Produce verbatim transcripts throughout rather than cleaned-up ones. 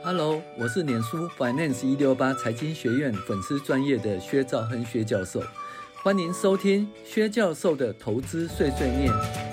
Hello，我是脸书 Finance 一六八财经学院粉丝专业的薛兆亨薛教授，欢迎收听薛教授的投资碎碎念。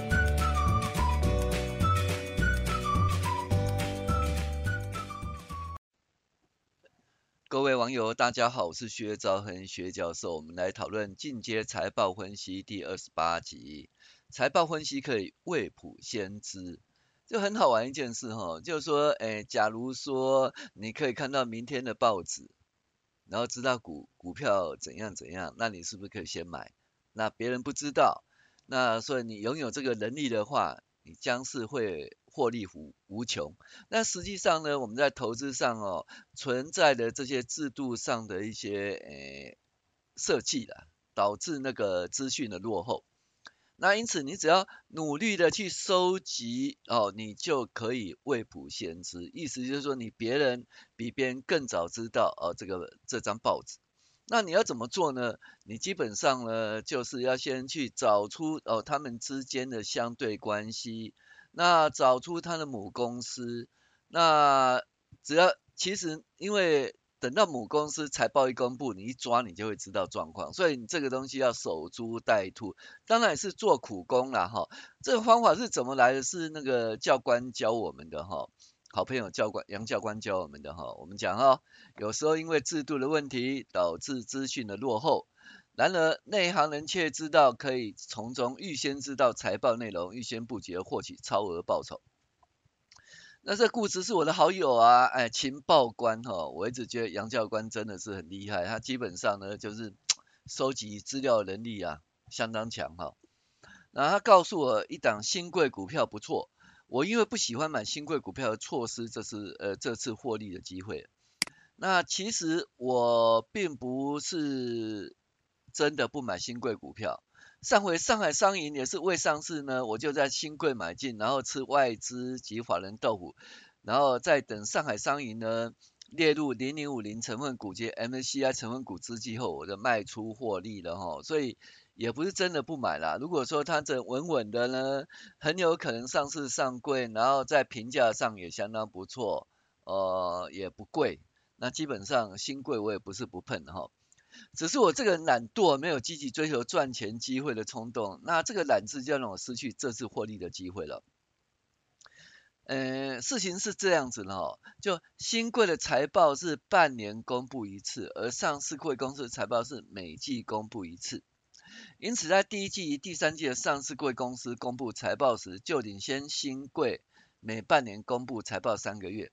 各位网友，大家好，我是薛兆亨薛教授，我们来讨论进阶财报分析第二十八集。财报分析可以未卜先知。就很好玩一件事哈，就是说，诶，假如说你可以看到明天的报纸，然后知道股股票怎样怎样，那你是不是可以先买？那别人不知道，那所以你拥有这个能力的话，你将是会获利无无穷。那实际上呢，我们在投资上哦，存在的这些制度上的一些诶设计啦，导致那个资讯的落后。那因此，你只要努力的去收集哦，你就可以未卜先知。意思就是说，你别人比别人更早知道哦，这个这张报纸。那你要怎么做呢？你基本上呢，就是要先去找出哦他们之间的相对关系，那找出他的母公司。那只要其实因为等到母公司财报一公布，你一抓你就会知道状况，所以你这个东西要守株待兔，当然也是做苦工啦哈。这个方法是怎么来的？是那个教官教我们的哈，好朋友教官杨教官教我们的哈。我们讲哈，有时候因为制度的问题导致资讯的落后，然而内行人却知道可以从中预先知道财报内容，预先布局获取超额报酬。那这故事是我的好友啊，哎，情报官哈，我一直觉得杨教官真的是很厉害，他基本上呢就是收集资料能力啊相当强哈。然后他告诉我一档新贵股票不错，我因为不喜欢买新贵股票，错失这次呃这次获利的机会。那其实我并不是真的不买新贵股票。上回上海商银也是未上市呢，我就在新贵买进，然后吃外资及法人豆腐，然后再等上海商银呢列入零零五零成分股及 M S C I 成分股之际后，我就卖出获利了哈，所以也不是真的不买啦。如果说它这稳稳的呢，很有可能上市上柜，然后在评价上也相当不错，呃，也不贵。那基本上新贵我也不是不碰哈。只是我这个人懒惰，没有积极追求赚钱机会的冲动，那这个懒字就让我失去这次获利的机会了。呃，事情是这样子的哈，就新贵的财报是半年公布一次，而上市贵公司的财报是每季公布一次。因此，在第一季、第三季的上市贵公司公布财报时，就领先新贵每半年公布财报三个月。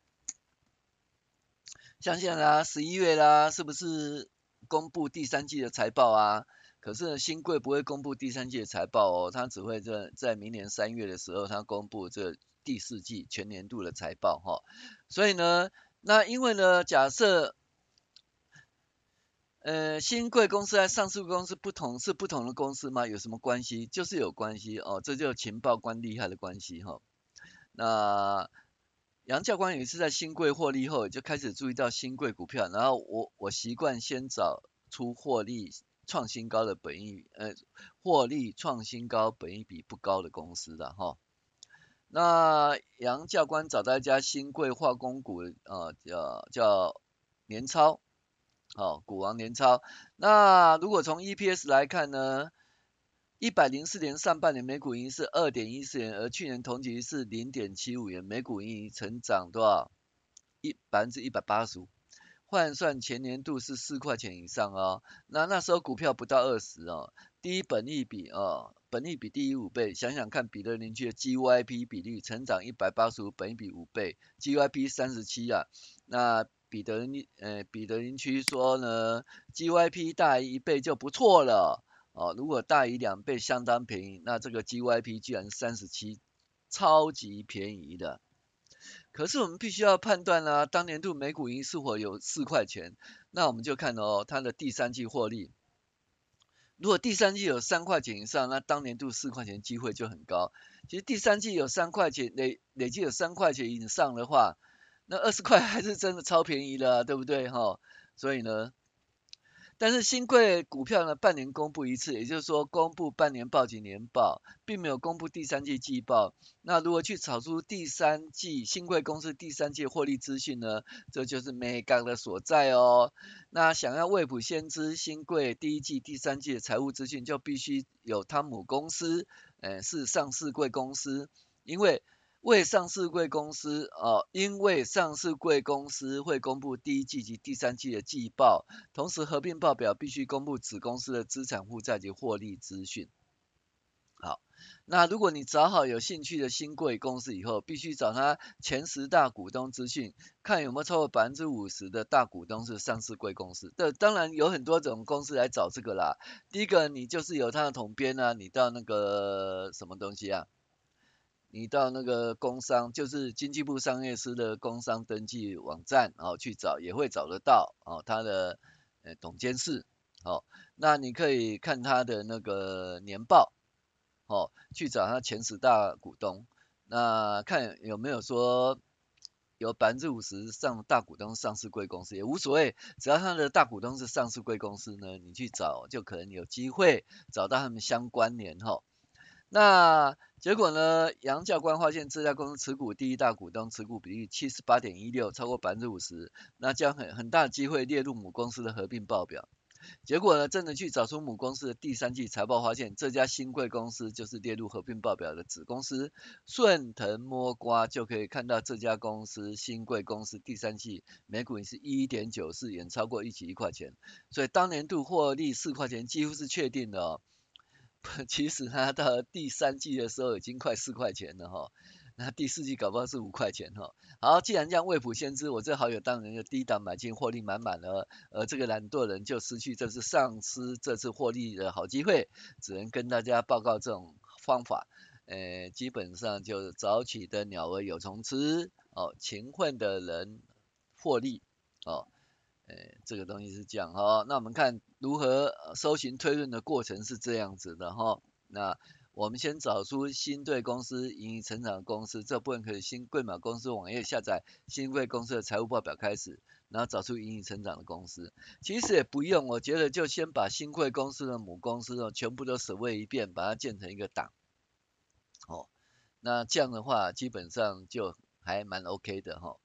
像现在啦，十一月啦，是不是公布第三季的财报啊？可是新贵不会公布第三季的财报哦，它只会在在明年三月的时候，它公布这第四季全年度的财报哈。所以呢，那因为呢，假设呃新贵公司和上市公司不同是不同的公司吗？有什么关系？就是有关系哦，这就是情报官厉害的关系哈。那杨教官有一次在新贵获利后，就开始注意到新贵股票，然后我我习惯先找出获利创新高的本益呃获利创新高本益比不高的公司的哈。那杨教官找到一家新贵化工股呃叫叫年超，好、哦、股王年超。那如果从 E P S 来看呢？一百零四年上半年每股盈是 二点一四元，而去年同期是 零点七五元，每股盈成长多少？百分之一百八十五，换算前年度是四块钱以上哦。那那时候股票不到二十哦，低本益比哦，本益比低于五倍。想想看，彼得林区的 G Y P 比率成长一百八十五，本益比五倍 ，G Y P 三十七啊。那彼得林呃彼得林区说呢 ，G Y P 大于一倍就不错了。哦，如果大于两倍相当便宜，那这个 G Y P 居然是三十七，超级便宜的。可是我们必须要判断啊，当年度每股盈是否有四块钱，那我们就看哦，它的第三季获利。如果第三季有三块钱以上，那当年度四块钱机会就很高。其实第三季有三块钱，累累计有三块钱以上的话，那二十块还是真的超便宜的、啊，对不对哈？所以呢， 但是新贵股票呢，半年公布一次，也就是说公布半年报及年报，并没有公布第三季季报。那如果去炒出第三季新贵公司第三季获利资讯呢，这就是美港的所在哦。那想要未卜先知新贵第一季、第三季的财务资讯，就必须有他母公司，呃，是上市贵公司，因为未上市贵公司哦，因为上市贵公司会公布第一季及第三季的季报，同时合并报表必须公布子公司的资产负债及获利资讯。好，那如果你找好有兴趣的新贵公司以后，必须找他前十大股东资讯，看有没有超过百分之五十的大股东是上市贵公司。这当然有很多种公司来找这个啦。第一个，你就是有他的统编啊，你到那个什么东西啊？你到那个工商，就是经济部商业司的工商登记网站，哦，去找也会找得到，哦，他的呃董监事，哦，那你可以看他的那个年报，哦，去找他前十大股东，那看有没有说有百分之五十上大股东上市贵公司也无所谓，只要他的大股东是上市贵公司呢，你去找就可能有机会找到他们相关联，哈。那结果呢？杨教官发现这家公司持股第一大股东持股比例 七十八点一六， 超过 百分之五十， 那将很很大机会列入母公司的合并报表。结果呢，真的去找出母公司的第三季财报，发现这家新贵公司就是列入合并报表的子公司。顺藤摸瓜就可以看到这家公司新贵公司第三季每股也是 一点九四元，超过预期一块钱，所以当年度获利四块钱几乎是确定的哦。其实它到第三季的时候已经快四块钱了哈，那第四季搞不好是五块钱哈。好，既然这样未卜先知，我这好友当然就低档买进，获利满满了，而这个懒惰人就失去这次丧失这次获利的好机会，只能跟大家报告这种方法。呃，基本上就早起的鸟儿有虫吃，哦，勤奋的人获利，哦。诶，这个东西是这样哈，那我们看如何搜寻推论的过程是这样子的哈。那我们先找出新贵公司盈余成长公司这部分，可以新贵买公司网页下载新贵公司的财务报表开始，然后找出盈余成长的公司。其实也不用，我觉得就先把新贵公司的母公司哦全部都审问一遍，把它建成一个档。哦，那这样的话基本上就还蛮 OK 的哈。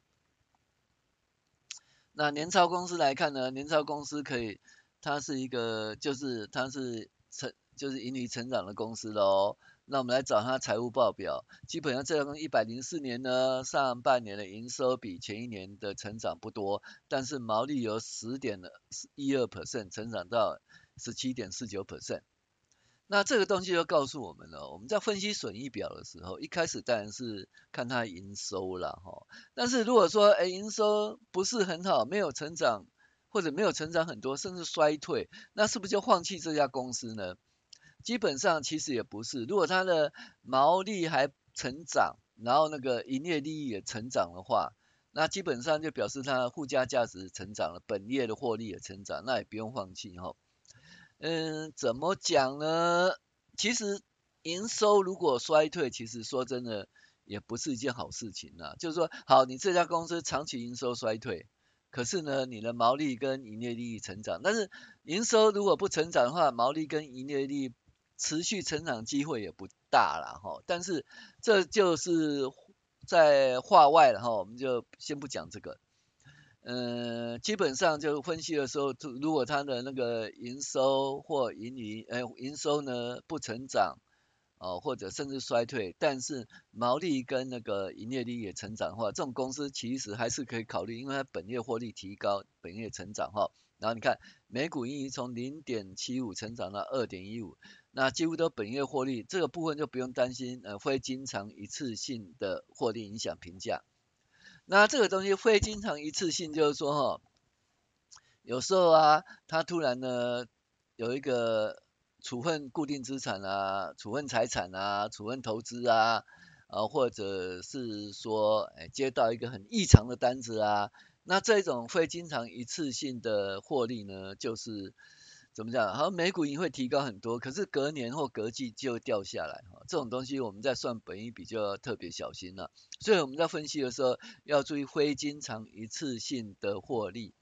那年超公司来看呢，年超公司可以，它是一个就是它是成就是盈利成长的公司咯。那我们来找它财务报表，基本上这家公司一百零四年呢，上半年的营收比前一年的成长不多，但是毛利由 十点一二 percent 成长到 十七点四九 percent。那这个东西就告诉我们了，我们在分析损益表的时候，一开始当然是看它营收啦齁，但是如果说哎营收不是很好，没有成长，或者没有成长很多，甚至衰退，那是不是就放弃这家公司呢？基本上其实也不是，如果它的毛利还成长，然后那个营业利益也成长的话，那基本上就表示它的附加价值成长了，本业的获利也成长，那也不用放弃齁。嗯，怎么讲呢？其实营收如果衰退，其实说真的也不是一件好事情啦。就是说，好，你这家公司长期营收衰退，可是呢，你的毛利跟营业利益成长，但是营收如果不成长的话，毛利跟营业利益持续成长机会也不大啦齁。但是这就是在话外了齁，我们就先不讲这个。呃，基本上就分析的时候，如果它的那个营收或盈余，呃，营收呢不成长，哦，或者甚至衰退，但是毛利跟那个营业利也成长的话，这种公司其实还是可以考虑，因为它本业获利提高，本业成长哈。然后你看每股盈余从 零点七五 成长到 二点一五，那几乎都本业获利，这个部分就不用担心，呃，会经常一次性的获利影响评价。那这个东西非经常一次性，就是说哈，有时候啊，它突然呢有一个处分固定资产啊、处分财产啊、处分投资啊，啊或者是说，哎接到一个很异常的单子啊，那这种非经常一次性的获利呢，就是怎么讲？好像每股盈会提高很多，可是隔年或隔季就掉下来哈。这种东西我们在算本益比就要特别小心了。所以我们在分析的时候要注意非经常一次性的获利。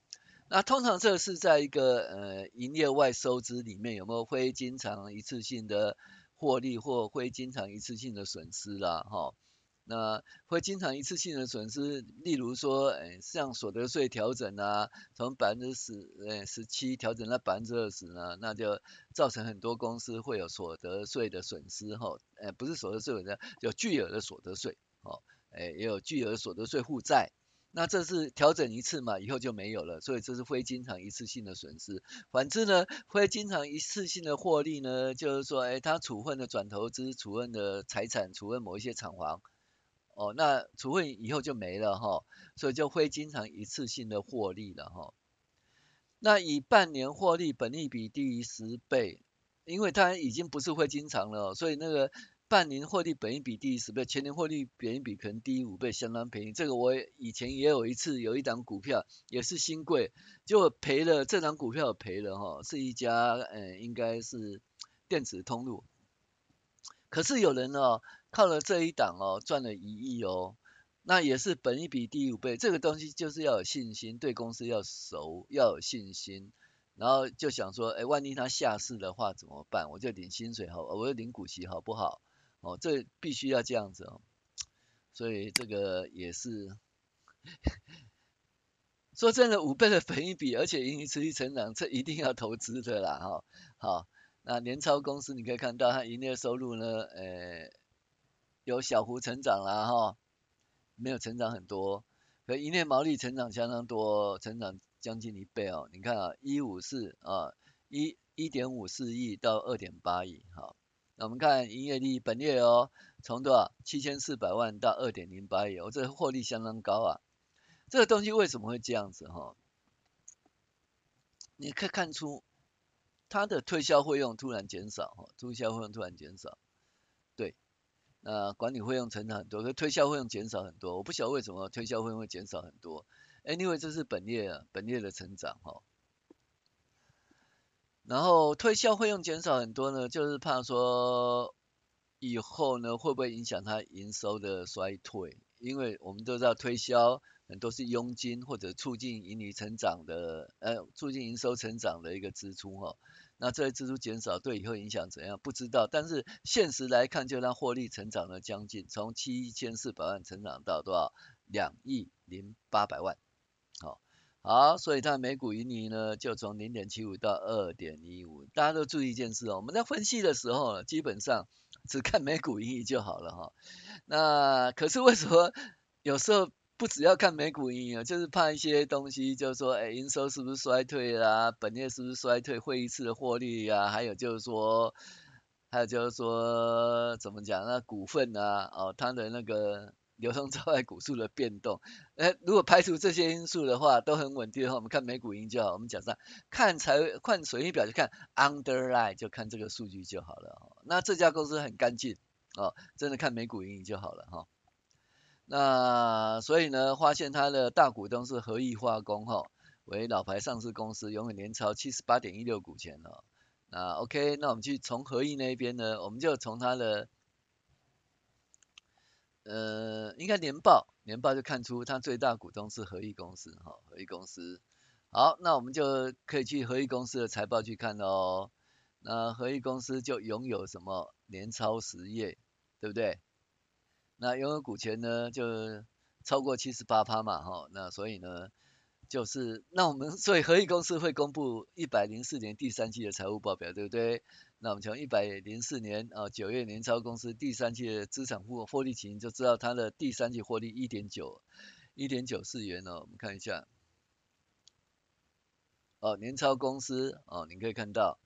那通常这是在一个呃营业外收支里面有没有非经常一次性的获利或非经常一次性的损失啦，哈。那会经常一次性的损失，例如说，诶，像所得税调整啊，从百分之十呃十七调整到百分之二十呢，那就造成很多公司会有所得税的损失哈，呃，不是所得税的，有巨额的所得税，哦，诶，也有巨额所得税负债。那这是调整一次嘛，以后就没有了，所以这是非经常一次性的损失。反之呢，非经常一次性的获利呢，就是说，哎，他处分的转投资、处分的财产、处分某一些厂房，哦，那处分以后就没了哈，所以就非经常一次性的获利了哈。那以半年获利本益比低于十倍，因为它已经不是会经常了，所以那个半年获利本益比低于十倍，全年获利本益比可能低于五倍，相当便宜。这个我以前也有一次有一档股票也是新贵，就赔了，这档股票赔了哈，是一家呃应该是电子通路，可是有人哦靠了这一档哦赚了一亿哦。那也是本益比低五倍，这个东西就是要有信心，对公司要熟，要有信心，然后就想说，哎，万一他下市的话怎么办？我就领薪水好，我就领股息好不好？哦，这必须要这样子哦。所以这个也是说真的，五倍的本益比，而且盈余持续成长，这一定要投资的啦哈。好，那年超公司你可以看到它营业收入呢，呃，有小幅成长啦哈。没有成长很多，可营业毛利成长相当多，成长将近一倍哦。你看啊，一五四啊，一一点五四亿到二点八亿，好，那我们看营业利本业哦，从多少七千四百万到二点零八亿，哦，这获利相当高啊。这个东西为什么会这样子哈？你可以看出它的推销费用突然减少哈，推销费用突然减少，对。那管理费用成长很多，可推销费用减少很多，我不晓得为什么推销费用会减少很多。Anyway，这是本业啊，本业的成长哈。然后推销费用减少很多呢，就是怕说以后呢会不会影响它营收的衰退？因为我们都知道推销很多是佣金或者促进盈利成长的，呃，促进营收成长的一个支出哈。那这些支出减少对以后影响怎样？不知道，但是现实来看，就让获利成长了将近，从七千四百万成长到多少？两亿零八百万。好，好，所以它每股盈利呢，就从零点七五到二点一五。大家都注意一件事哦，我们在分析的时候，基本上只看每股盈利就好了哈。那可是为什么有时候不只要看每股盈利啊，就是怕一些东西，就是说，哎，营收是不是衰退啦，本业是不是衰退，会议次的获利呀，还有就是说，还有就是说怎么讲，那股份啊，哦，它的那个流通招外股数的变动，哎，如果排除这些因素的话，都很稳定的话，我们看每股盈就好。我们讲上看财看损益表就看 underline 就看这个数据就好了哦。那这家公司很干净哦，真的看每股盈就好了哈。那所以呢，发现它的大股东是和义化工哈，为老牌上市公司，拥有年超七十八点一六股权哦。那 OK，那我们去从和义那边呢，我们就从它的呃，应该年报，年报就看出它最大股东是和义公司哈，和义公司。好，那我们就可以去和义公司的财报去看喽。那和义公司就拥有什么年超实业，对不对？那拥有股权呢，就超过七十八趴嘛，哈，那所以呢，就是那我们所以合益公司会公布一百零四年第三季的财务报表，对不对？那我们从一百零四年啊九月年超公司第三季的资产获获利情就知道它的第三季获利一点九一点九四元哦，我们看一下哦，年超公司哦，你可以看到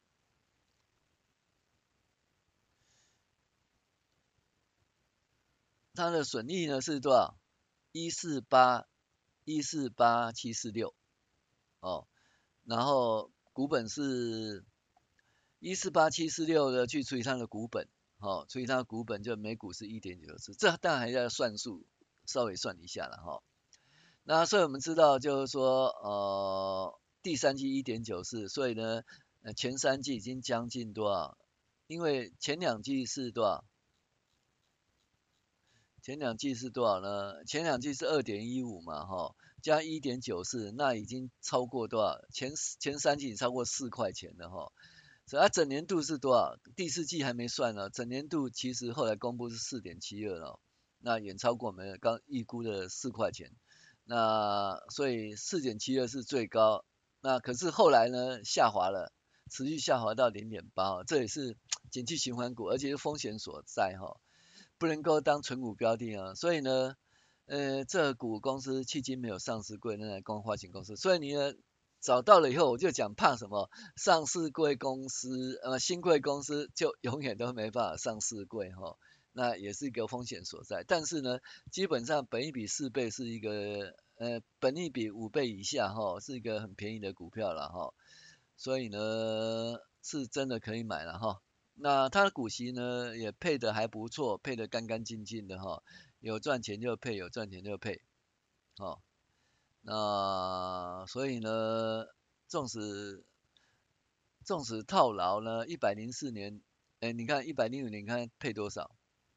它的损益呢是多少？一四八一四八七四六哦。然后股本是一四八七四六的去除以它的股本，哦，除以它的股本就每股是一点九四，这当然还要算数，稍微算一下了哈。那所以我们知道就是说，呃，第三季一点九四，所以呢，呃，前三季已经将近多少？因为前两季是多少？ 前两季是多少呢？前两季是 二点一五 嘛，哈，加 一点九四， 那已经超过多少？前前三季超过四块钱了哈。所以它整年度是多少？第四季还没算呢，整年度其实后来公布是 四点七二 了，那远超过我们刚预估的四块钱。那所以 四点七二 是最高，那可是后来呢下滑了，持续下滑到 零点八， 这也是景气循环股，而且是风险所在哈，不能够当纯股标的啊。所以呢，呃，这股公司迄今没有上市柜，那公发行公司，所以你呢找到了以后，我就讲怕什么？上市柜公司，呃，新贵公司就永远都没办法上市柜哈，那也是一个风险所在。但是呢，基本上本益比四倍是一个，呃，本益比五倍以下哈，是一个很便宜的股票了哈，所以呢，是真的可以买了哈。那它的股息呢，也配的还不错，配的干干净净的哈，有赚钱就配，有赚钱就配，哦。那所以呢，纵使纵使套牢呢，一百零四年，哎，你看一百零五年，你看配多少，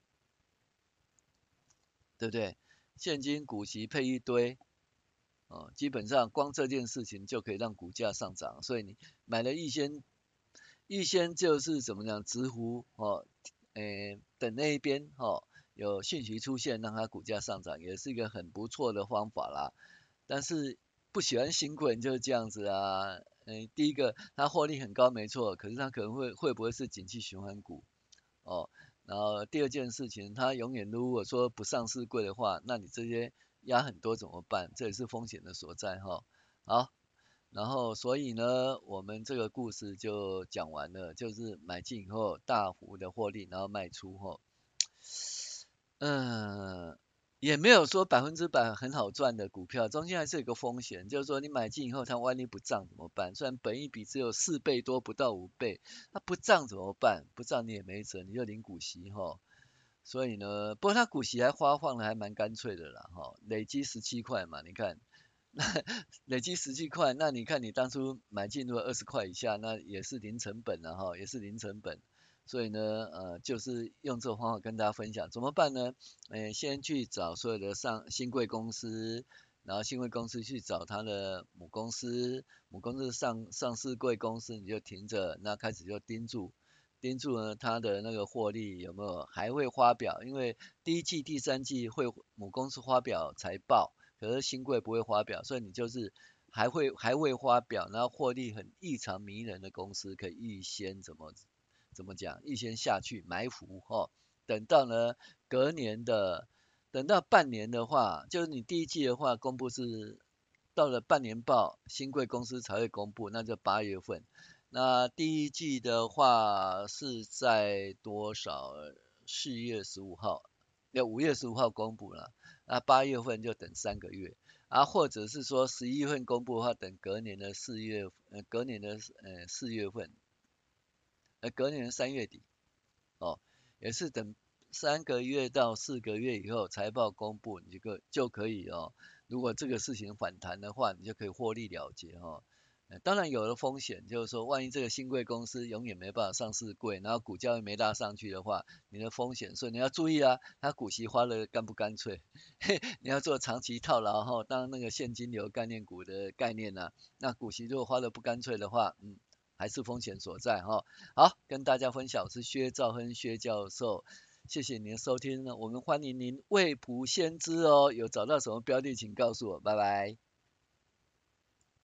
对不对？现金股息配一堆，哦，基本上光这件事情就可以让股价上涨，所以你买了逸仙，逸仙就是怎么讲，直呼哦，诶，等那一边哦有讯息出现，让它股价上涨，也是一个很不错的方法啦。但是不喜欢新贵人就是这样子啊，嗯，第一个它获利很高没错，可是它可能会会不会是景气循环股哦？然后第二件事情，它永远如果说不上市贵的话，那你这些压很多怎么办？这也是风险的所在哈。好，然后所以呢，我们这个故事就讲完了，就是买进以后大幅的获利，然后卖出后，嗯，也没有说百分之百很好赚的股票，中间还是有个风险，就是说你买进以后它万一不涨怎么办？虽然本益比只有四倍多，不到五倍，它不涨怎么办？不涨你也没辙，你就领股息哈。所以呢，不过它股息还发放的还蛮干脆的啦哈，累积十七块嘛，你看，那累积十七块，那你看你当初买进如果二十块以下，那也是零成本了哈，也是零成本。所以呢，呃，就是用这种方法跟大家分享，怎么办呢？呃，先去找所有的上新贵公司，然后新贵公司去找它的母公司，母公司上上市贵公司你就停着，那开始就盯住，盯住呢它的那个获利有没有还会发表，因为第一季、第三季会母公司发表财报，可是新贵不会发表，所以你就是还会还会发表，然后获利很异常迷人的公司，可以预先怎么怎么讲，预先下去埋伏哈，等到呢隔年的，等到半年的话，就是你第一季的话公布是到了半年报，新贵公司才会公布，那就八月份。那第一季的话是在多少？四月十五号，要五月十五号公布了，那八月份就等三个月。啊，或者是说十一月份公布的话，等隔年的四月，呃，隔年的呃四月份，呃，隔年三月底，哦，也是等三个月到四个月以后财报公布，你就可就可以哦。如果这个事情反弹的话，你就可以获利了结哦。呃当然有了风险，就是说万一这个新贵公司永远没办法上市柜，然后股价又没拉上去的话，你的风险，所以你要注意啊，它股息花的干不干脆，你要做长期套牢哈，当那个现金流概念股的概念呢、啊，那股息如果花的不干脆的话，嗯，还是风险所在哈。好，跟大家分享，我是薛兆亨薛教授，谢谢您的收听，我们欢迎您未卜先知哦，有找到什么标的请告诉我，拜拜。